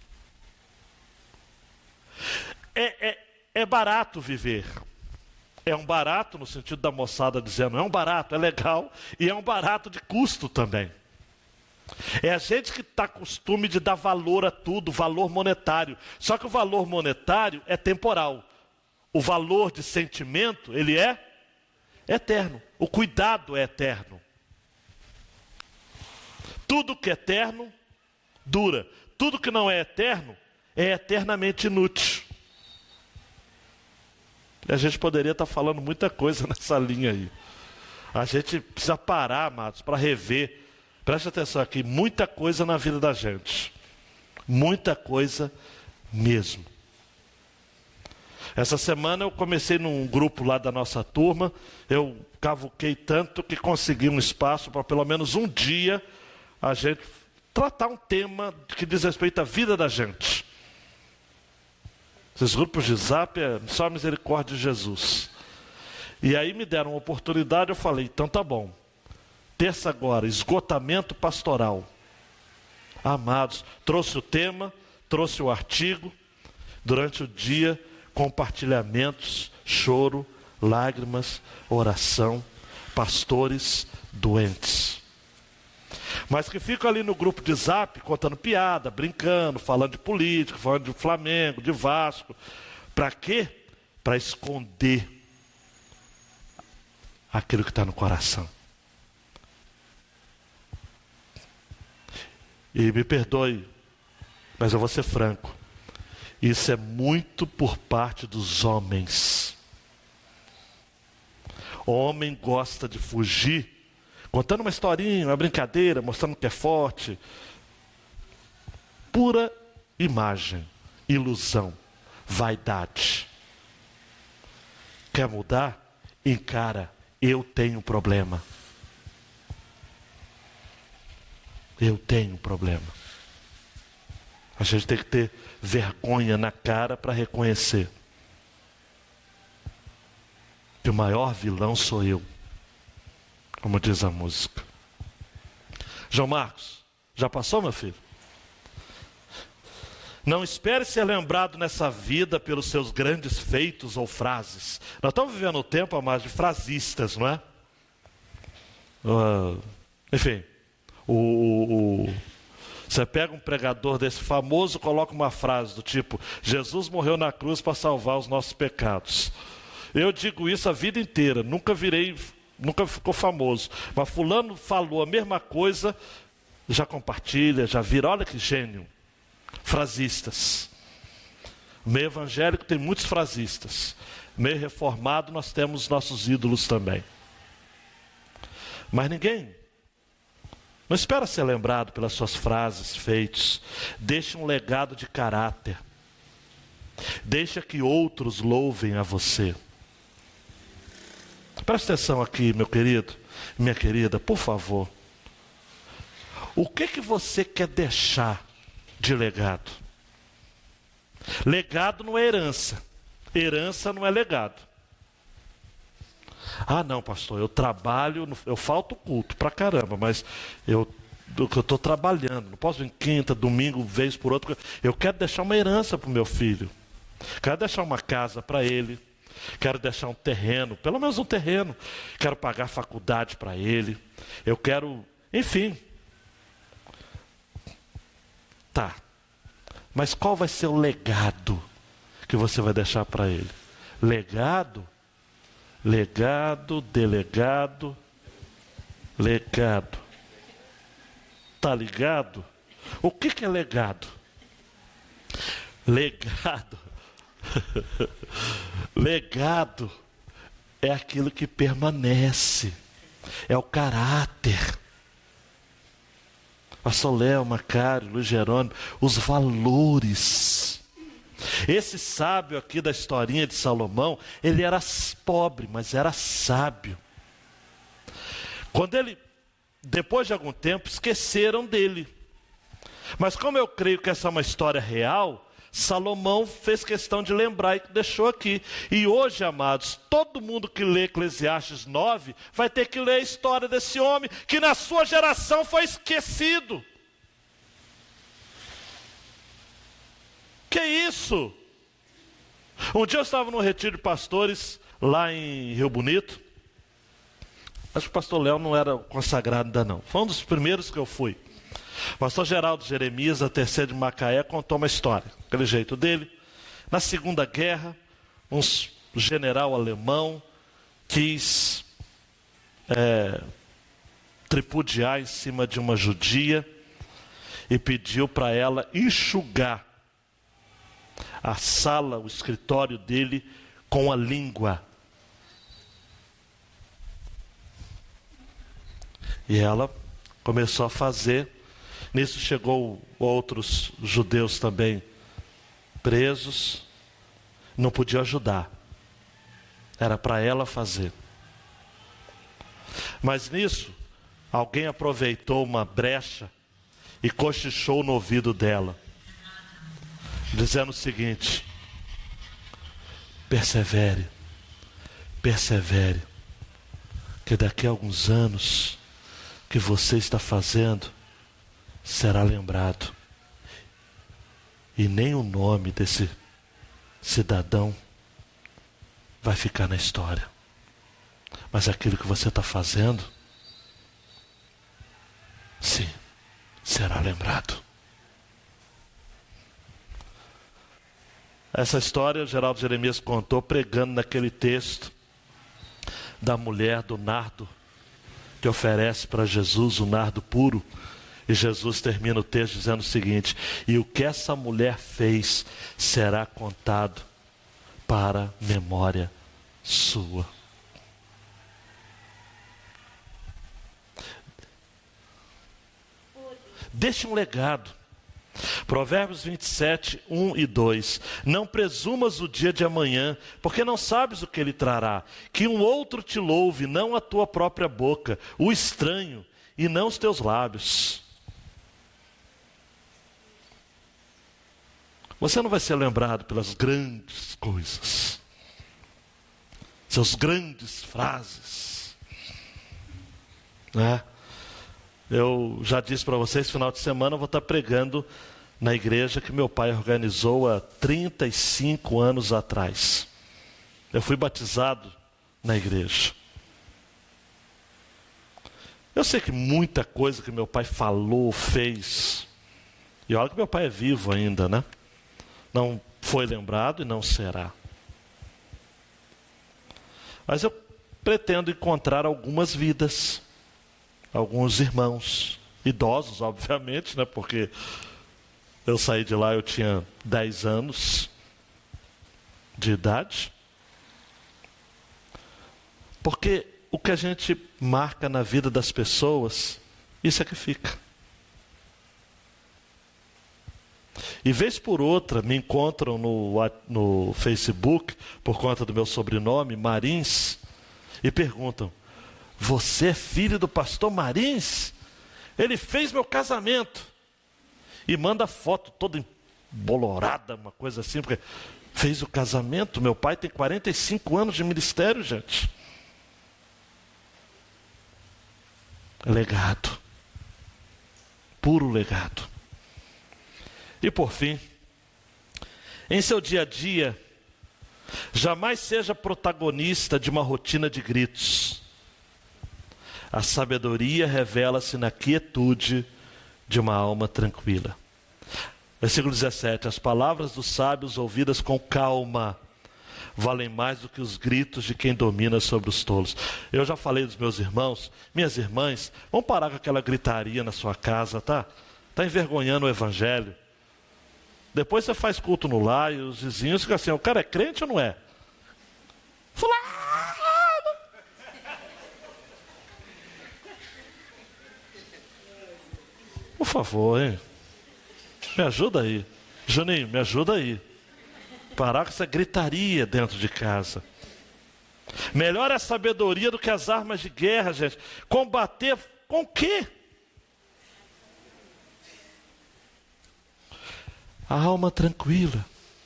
É barato viver. É um barato no sentido da moçada dizendo, é um barato, é legal, e é um barato de custo também. É a gente que está costume de dar valor a tudo, valor monetário. Só que o valor monetário é temporal. O valor de sentimento, ele é eterno. O cuidado é eterno. Tudo que é eterno, dura. Tudo que não é eterno, é eternamente inútil. E a gente poderia estar falando muita coisa nessa linha aí. A gente precisa parar, amados, para rever. Preste atenção aqui, muita coisa na vida da gente. Muita coisa mesmo. Essa semana eu comecei num grupo lá da nossa turma. Eu cavuquei tanto que consegui um espaço para pelo menos um dia a gente tratar um tema que diz respeito à vida da gente. Esses grupos de zap é só a misericórdia de Jesus. E aí me deram uma oportunidade, eu falei, então tá bom. Terça agora, esgotamento pastoral. Amados, trouxe o tema, trouxe o artigo. Durante o dia, compartilhamentos, choro, lágrimas, oração, pastores doentes. Mas que ficam ali no grupo de zap, contando piada, brincando, falando de política, falando de Flamengo, de Vasco. Para quê? Para esconder aquilo que está no coração. E me perdoe, mas eu vou ser franco. Isso é muito por parte dos homens. O homem gosta de fugir, contando uma historinha, uma brincadeira, mostrando que é forte. Pura imagem, ilusão, vaidade. Quer mudar? Encara, eu tenho problema. Eu tenho problema. A gente tem que ter vergonha na cara para reconhecer que o maior vilão sou eu, como diz a música. João Marcos, já passou, meu filho? Não espere ser lembrado nessa vida pelos seus grandes feitos ou frases. Nós estamos vivendo um tempo, amados, de frasistas, não é? Enfim. Você pega um pregador desse famoso, coloca uma frase do tipo, Jesus morreu na cruz para salvar os nossos pecados. Eu digo isso a vida inteira, nunca ficou famoso. Mas fulano falou a mesma coisa, já compartilha, já vira, olha que gênio. Frasistas. O meio evangélico tem muitos frasistas. Meio reformado nós temos nossos ídolos também. Mas ninguém não espera ser lembrado pelas suas frases, feitos. Deixe um legado de caráter. Deixa que outros louvem a você. Presta atenção aqui, meu querido, minha querida, por favor. O que você quer deixar de legado? Legado não é herança. Herança não é legado. Ah, não, pastor, eu trabalho, eu falto culto pra caramba, mas eu estou trabalhando, não posso vir quinta, domingo, vez por outra. Eu quero deixar uma herança para o meu filho. Quero deixar uma casa para ele. Quero deixar um terreno, pelo menos um terreno. Quero pagar faculdade para ele. Eu quero, enfim. Tá. Mas qual vai ser o legado que você vai deixar para ele? Legado? Legado, delegado, legado. Tá ligado? O que é legado? Legado. Legado é aquilo que permanece. É o caráter. Pastor Léo, Macário, Luiz Jerônimo, os valores. Esse sábio aqui da historinha de Salomão, ele era pobre, mas era sábio. Quando ele, depois de algum tempo, esqueceram dele. Mas como eu creio que essa é uma história real, Salomão fez questão de lembrar e deixou aqui. E hoje, amados, todo mundo que lê Eclesiastes 9 vai ter que ler a história desse homem que na sua geração foi esquecido. Que isso? Um dia eu estava num retiro de pastores lá em Rio Bonito. Acho que o pastor Léo não era consagrado ainda não. Foi um dos primeiros que eu fui. O pastor Geraldo Jeremias, da terceira de Macaé, contou uma história, aquele jeito dele. Na Segunda Guerra, um general alemão quis tripudiar em cima de uma judia e pediu para ela enxugar a sala, o escritório dele com a língua. E ela começou a fazer. Nisso chegou outros judeus também presos. Não podia ajudar. Era para ela fazer. Mas nisso, alguém aproveitou uma brecha e cochichou no ouvido dela, dizendo o seguinte: persevere, persevere, que daqui a alguns anos que você está fazendo será lembrado. E nem o nome desse cidadão vai ficar na história. Mas aquilo que você está fazendo, sim, será lembrado. Essa história o Geraldo Jeremias contou pregando naquele texto da mulher do nardo que oferece para Jesus o nardo puro. E Jesus termina o texto dizendo o seguinte: e o que essa mulher fez será contado para memória sua. Deixe um legado. Provérbios 27, 1 e 2. Não presumas o dia de amanhã, porque não sabes o que ele trará. Que um outro te louve, não a tua própria boca, o estranho, e não os teus lábios. Você não vai ser lembrado pelas grandes coisas, seus grandes frases, né? Eu já disse para vocês, final de semana eu vou estar pregando na igreja que meu pai organizou há 35 anos atrás. Eu fui batizado na igreja. Eu sei que muita coisa que meu pai falou, fez, e olha que meu pai é vivo ainda, né? Não foi lembrado e não será. Mas eu pretendo encontrar algumas vidas, alguns irmãos, idosos, obviamente, né? Porque eu saí de lá, eu tinha 10 anos de idade. Porque o que a gente marca na vida das pessoas, isso é que fica. E vez por outra me encontram no Facebook, por conta do meu sobrenome, Marins, e perguntam: você é filho do pastor Marins? Ele fez meu casamento. E manda foto toda embolorada, uma coisa assim, porque fez o casamento. Meu pai tem 45 anos de ministério, gente. Legado. Puro legado. E por fim, em seu dia a dia, jamais seja protagonista de uma rotina de gritos. A sabedoria revela-se na quietude de uma alma tranquila. Versículo 17: as palavras dos sábios ouvidas com calma valem mais do que os gritos de quem domina sobre os tolos. Eu já falei dos meus irmãos, minhas irmãs, vamos parar com aquela gritaria na sua casa, tá? Está envergonhando o evangelho. Depois você faz culto no lar e os vizinhos ficam assim: o cara é crente ou não é? Fulano! Por favor, hein? Me ajuda aí. Juninho, me ajuda aí. Parar com essa gritaria dentro de casa. Melhor é a sabedoria do que as armas de guerra, gente. Combater com o quê? A alma tranquila.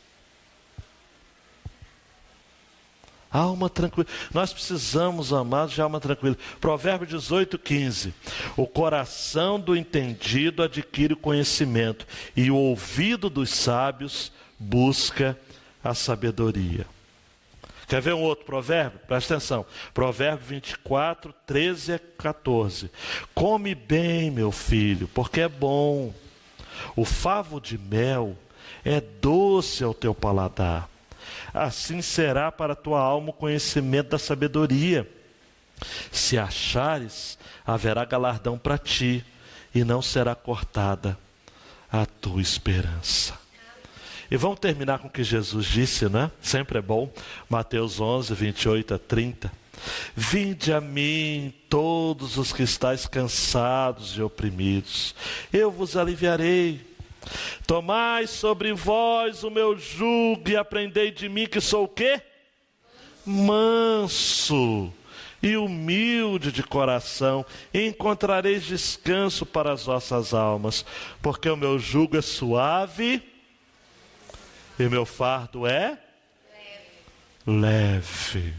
Alma tranquila. Nós precisamos, amados, de alma tranquila. Provérbio 18:15. O coração do entendido adquire o conhecimento, e o ouvido dos sábios busca a sabedoria. Quer ver um outro provérbio? Presta atenção. Provérbio 24:13-14. Come bem, meu filho, porque é bom. O favo de mel é doce ao teu paladar. Assim será para a tua alma o conhecimento da sabedoria. Se achares, haverá galardão para ti, e não será cortada a tua esperança. E vamos terminar com o que Jesus disse, né? Sempre é bom. Mateus 11:28-30. Vinde a mim, todos os que estáis cansados e oprimidos, eu vos aliviarei. Tomai sobre vós o meu jugo e aprendei de mim, que sou o quê? Manso e humilde de coração, e encontrareis descanso para as vossas almas, porque o meu jugo é suave e o meu fardo é leve.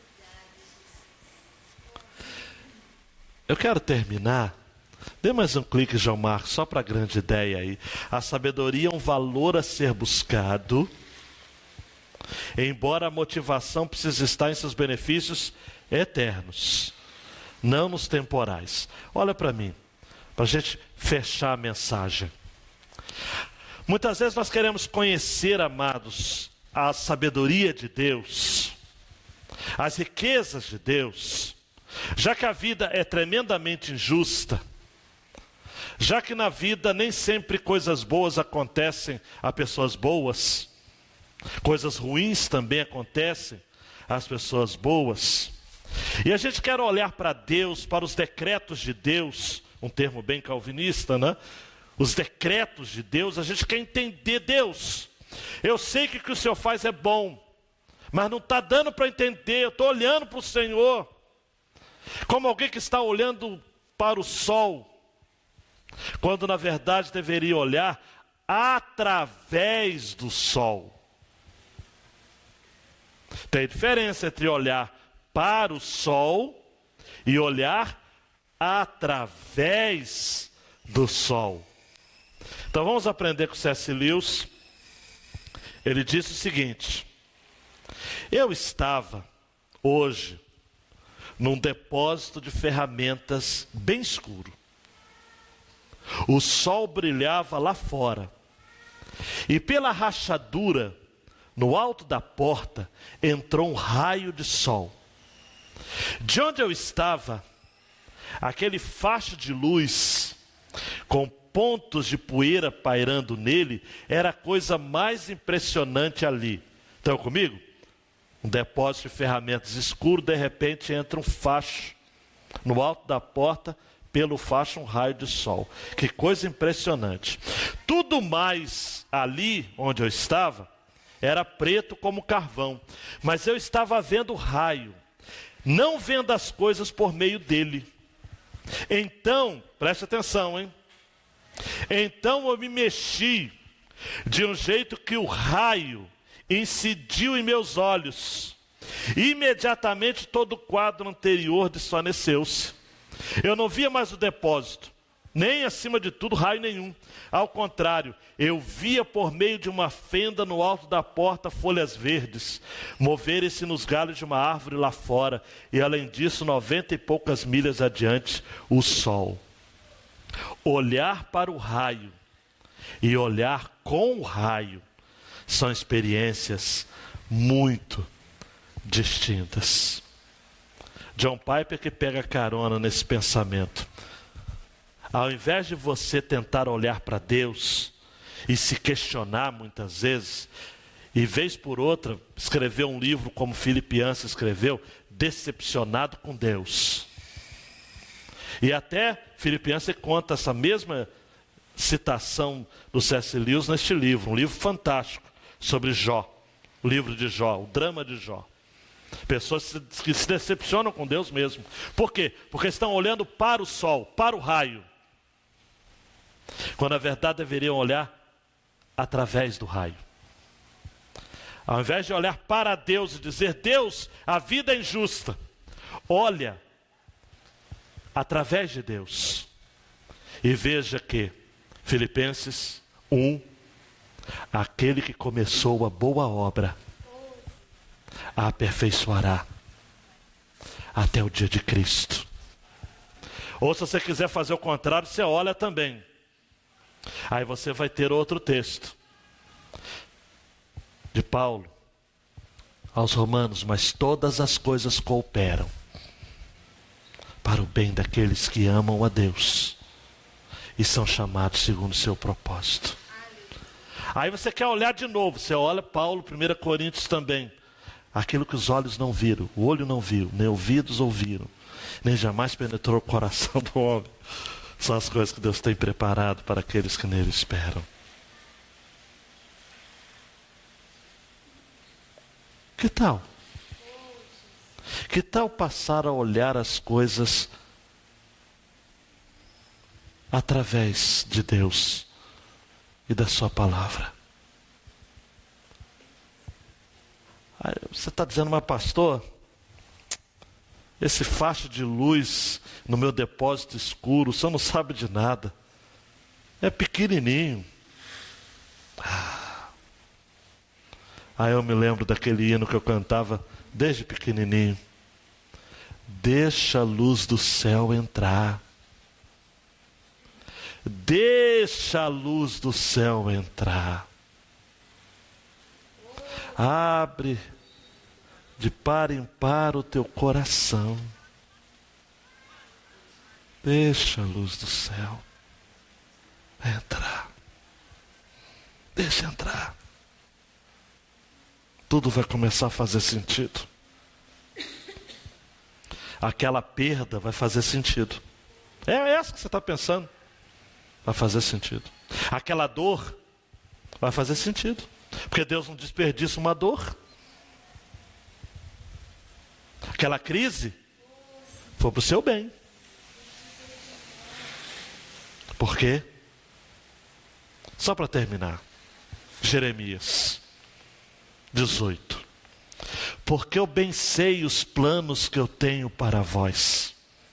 Eu quero terminar. Dê mais um clique, João Marcos, só para a grande ideia aí. A sabedoria é um valor a ser buscado, embora a motivação precise estar em seus benefícios eternos, não nos temporais. Olha para mim, para a gente fechar a mensagem. Muitas vezes nós queremos conhecer, amados, a sabedoria de Deus, as riquezas de Deus, já que a vida é tremendamente injusta, já que na vida nem sempre coisas boas acontecem a pessoas boas, coisas ruins também acontecem às pessoas boas, e a gente quer olhar para Deus, para os decretos de Deus, um termo bem calvinista, né? Os decretos de Deus, a gente quer entender Deus. Eu sei que o que o Senhor faz é bom, mas não está dando para entender. Eu estou olhando para o Senhor como alguém que está olhando para o sol, quando na verdade deveria olhar através do sol. Tem diferença entre olhar para o sol e olhar através do sol. Então vamos aprender com C.S. Lewis. Ele disse o seguinte: eu estava hoje num depósito de ferramentas bem escuro. O sol brilhava lá fora, e pela rachadura no alto da porta entrou um raio de sol. De onde eu estava, aquele facho de luz com pontos de poeira pairando nele era a coisa mais impressionante ali. Estão comigo? Um depósito de ferramentas escuro, de repente entra um facho no alto da porta, pelo facho um raio de sol. Que coisa impressionante. Tudo mais ali onde eu estava era preto como carvão, mas eu estava vendo o raio, não vendo as coisas por meio dele. Então, preste atenção, hein? Então eu me mexi de um jeito que o raio incidiu em meus olhos. Imediatamente todo o quadro anterior desvaneceu-se. Eu não via mais o depósito, nem acima de tudo raio nenhum. Ao contrário, eu via por meio de uma fenda no alto da porta folhas verdes moverem-se nos galhos de uma árvore lá fora, e além disso, 90 e poucas milhas adiante, o sol. Olhar para o raio e olhar com o raio são experiências muito distintas. John Piper que pega carona nesse pensamento. Ao invés de você tentar olhar para Deus e se questionar muitas vezes, e vez por outra escrever um livro como Philip Yancey escreveu, Decepcionado com Deus. E até Philip Yancey conta essa mesma citação do C.S. Lewis neste livro, um livro fantástico sobre Jó, o livro de Jó, o drama de Jó. Pessoas que se decepcionam com Deus mesmo. Por quê? Porque estão olhando para o sol, para o raio, quando na verdade deveriam olhar através do raio. Ao invés de olhar para Deus e dizer, Deus, a vida é injusta, olha através de Deus. E veja que, Filipenses 1, aquele que começou a boa obra, a aperfeiçoará até o dia de Cristo. Ou se você quiser fazer o contrário, você olha também. Aí você vai ter outro texto de Paulo aos Romanos, mas todas as coisas cooperam para o bem daqueles que amam a Deus e são chamados segundo o seu propósito. Aí você quer olhar de novo, você olha Paulo, 1 Coríntios também. Aquilo que os olhos não viram, o olho não viu, nem ouvidos ouviram, nem jamais penetrou o coração do homem. São as coisas que Deus tem preparado para aqueles que nele esperam. Que tal? Que tal passar a olhar as coisas através de Deus e da sua palavra? Aí você está dizendo, mas pastor, esse facho de luz no meu depósito escuro, o senhor não sabe de nada. É pequenininho. Aí eu me lembro daquele hino que eu cantava desde pequenininho. Deixa a luz do céu entrar. Deixa a luz do céu entrar. Abre de par em par o teu coração. Deixa a luz do céu entrar. Deixa entrar. Tudo vai começar a fazer sentido. Aquela perda vai fazer sentido. É essa que você está pensando. Vai fazer sentido. Aquela dor vai fazer sentido. Porque Deus não desperdiça uma dor. Aquela crise foi para o seu bem. Por quê? Só para terminar. Jeremias 18. Porque eu bem sei os planos que eu tenho para vós.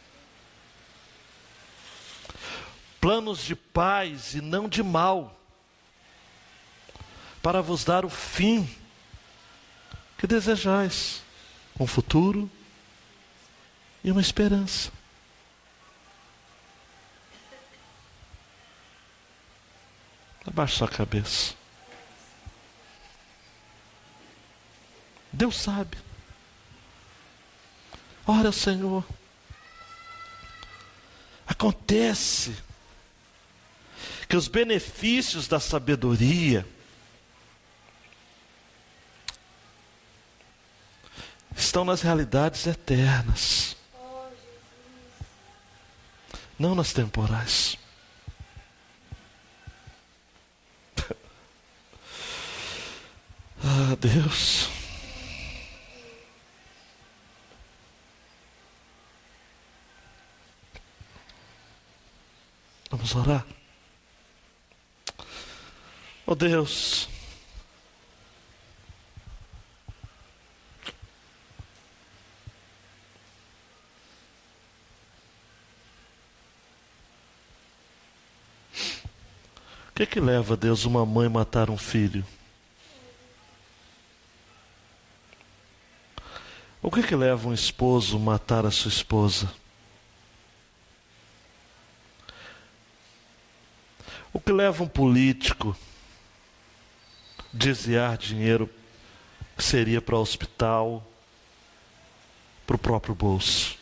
Planos de paz e não de mal, para vos dar o fim que desejais, um futuro e uma esperança. Abaixe sua cabeça. Deus sabe. Ora, Senhor, acontece que os benefícios da sabedoria estão nas realidades eternas, não nas temporais. Ah, Deus. Vamos orar. Oh Deus, o que leva, Deus, uma mãe a matar um filho? O que leva um esposo a matar a sua esposa? O que leva um político a desviar dinheiro que seria para o hospital, para o próprio bolso?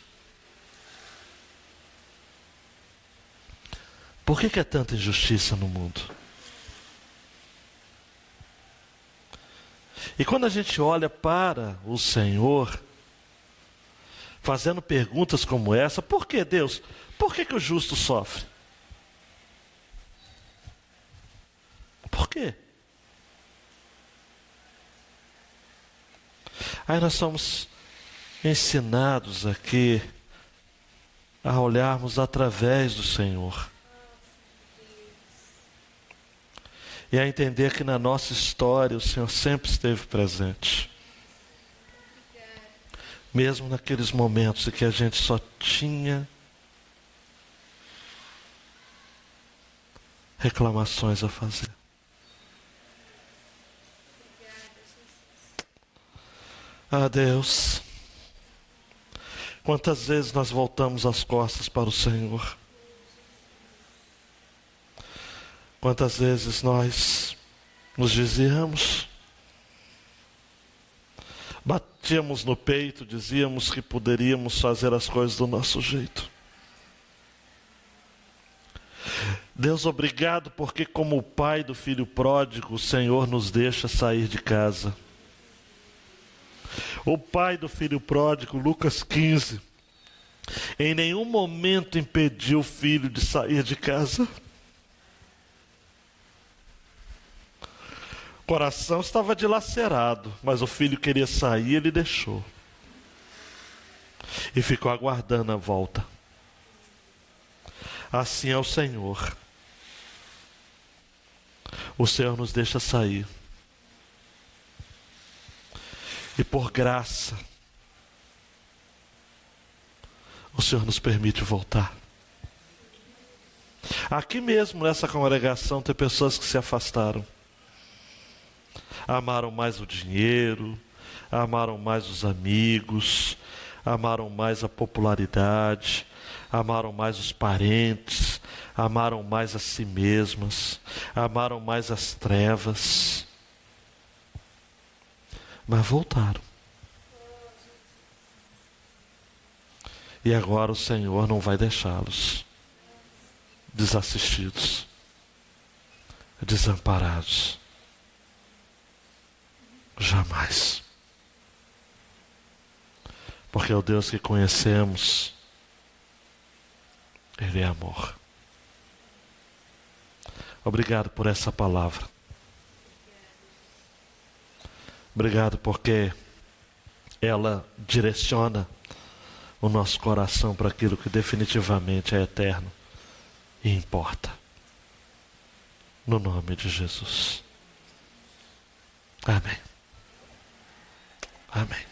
Por que é tanta injustiça no mundo? E quando a gente olha para o Senhor, fazendo perguntas como essa, por que Deus? Por que o justo sofre? Por quê? Aí nós somos ensinados aqui a olharmos através do Senhor. e a entender que na nossa história o Senhor sempre esteve presente. Mesmo naqueles momentos em que a gente só tinha reclamações a fazer. Ah, Deus, quantas vezes nós voltamos as costas para o Senhor? Quantas vezes nós nos desviamos? Batíamos no peito, dizíamos que poderíamos fazer as coisas do nosso jeito. Deus, obrigado porque como o pai do filho pródigo, o Senhor nos deixa sair de casa. O pai do filho pródigo, Lucas 15, em nenhum momento impediu o filho de sair de casa. O coração estava dilacerado, mas o filho queria sair, ele deixou. E ficou aguardando a volta. Assim é o Senhor. O Senhor nos deixa sair. E por graça, o Senhor nos permite voltar. Aqui mesmo nessa congregação tem pessoas que se afastaram. Amaram mais o dinheiro, amaram mais os amigos, amaram mais a popularidade, amaram mais os parentes, amaram mais a si mesmas, amaram mais as trevas. Mas voltaram. E agora o Senhor não vai deixá-los desassistidos, desamparados. Jamais. Porque o Deus que conhecemos, Ele é amor. Obrigado por essa palavra. Obrigado porque ela direciona o nosso coração para aquilo que definitivamente é eterno e importa. No nome de Jesus. Amém. Amém.